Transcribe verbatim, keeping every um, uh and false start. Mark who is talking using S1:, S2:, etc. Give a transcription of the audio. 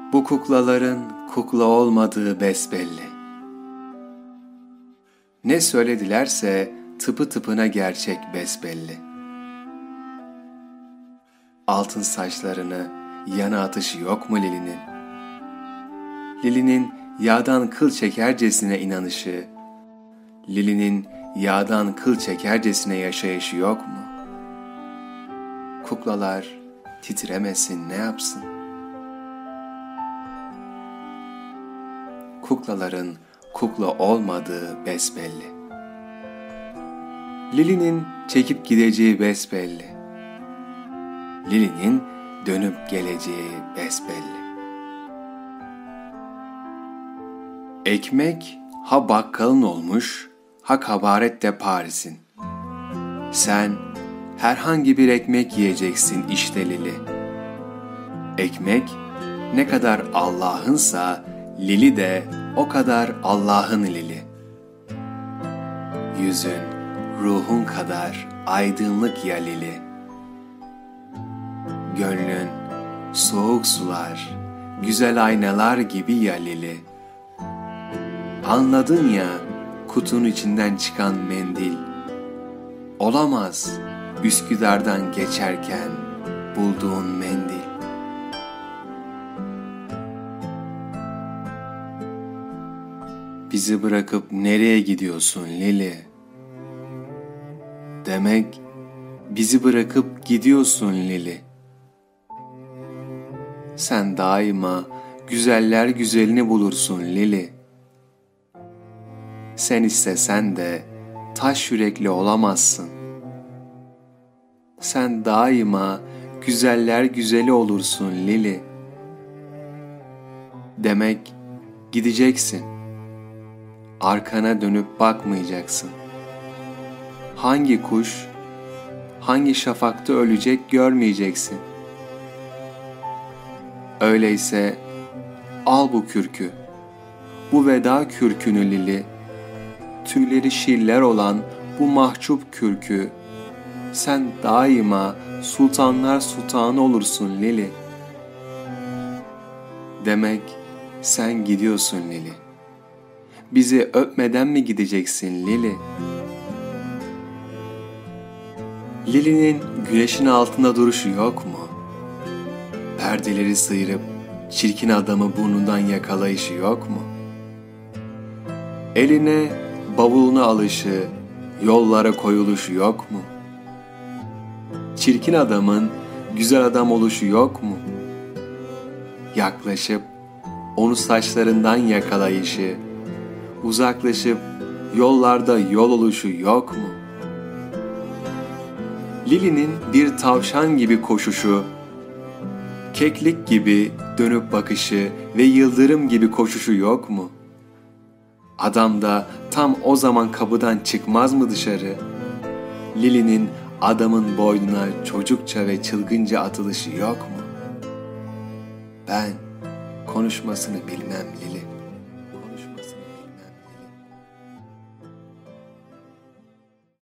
S1: Bu kuklaların kukla olmadığı besbelli. Ne söyledilerse tıpı tıpına gerçek besbelli. Altın saçlarını yana atışı yok mu Lili'nin? Lili'nin yağdan kıl çekercesine inanışı, Lili'nin yağdan kıl çekercesine yaşayışı yok mu? Kuklalar titremesin ne yapsın? Kuklaların kukla olmadığı besbelli. Lili'nin çekip gideceği besbelli. Lili'nin dönüp geleceği besbelli. Ekmek ha bakkalın olmuş, ha kabaret de Paris'in. Sen herhangi bir ekmek yiyeceksin işte Lili. Ekmek ne kadar Allah'ınsa, Lili de o kadar Allah'ın Lili. Yüzün, ruhun kadar aydınlık ya Lili. Gönlün, soğuk sular, güzel aynalar gibi ya Lili. Anladın ya, kutunun içinden çıkan mendil. Olamaz, Üsküdar'dan geçerken bulduğun mendil. Bizi bırakıp nereye gidiyorsun Lili? Demek bizi bırakıp gidiyorsun Lili. Sen daima güzeller güzelini bulursun Lili. Sen istesen de taş yürekli olamazsın. Sen daima güzeller güzeli olursun Lili. Demek gideceksin. Arkana dönüp bakmayacaksın. Hangi kuş, hangi şafakta ölecek görmeyeceksin. Öyleyse al bu kürkü, bu veda kürkünü Lili, tüyleri şiller olan bu mahcup kürkü, sen daima sultanlar sultanı olursun Lili. Demek sen gidiyorsun Lili. Bizi öpmeden mi gideceksin Lili? Lili'nin güneşin altında duruşu yok mu? Perdeleri sıyırıp çirkin adamı burnundan yakalayışı yok mu? Eline bavulunu alışı, yollara koyuluşu yok mu? Çirkin adamın güzel adam oluşu yok mu? Yaklaşıp onu saçlarından yakalayışı, uzaklaşıp yollarda yol oluşu yok mu? Lili'nin bir tavşan gibi koşuşu, keklik gibi dönüp bakışı ve yıldırım gibi koşuşu yok mu? Adam da tam o zaman kapıdan çıkmaz mı dışarı? Lili'nin adamın boynuna çocukça ve çılgınca atılışı yok mu? Ben konuşmasını bilmem Lili.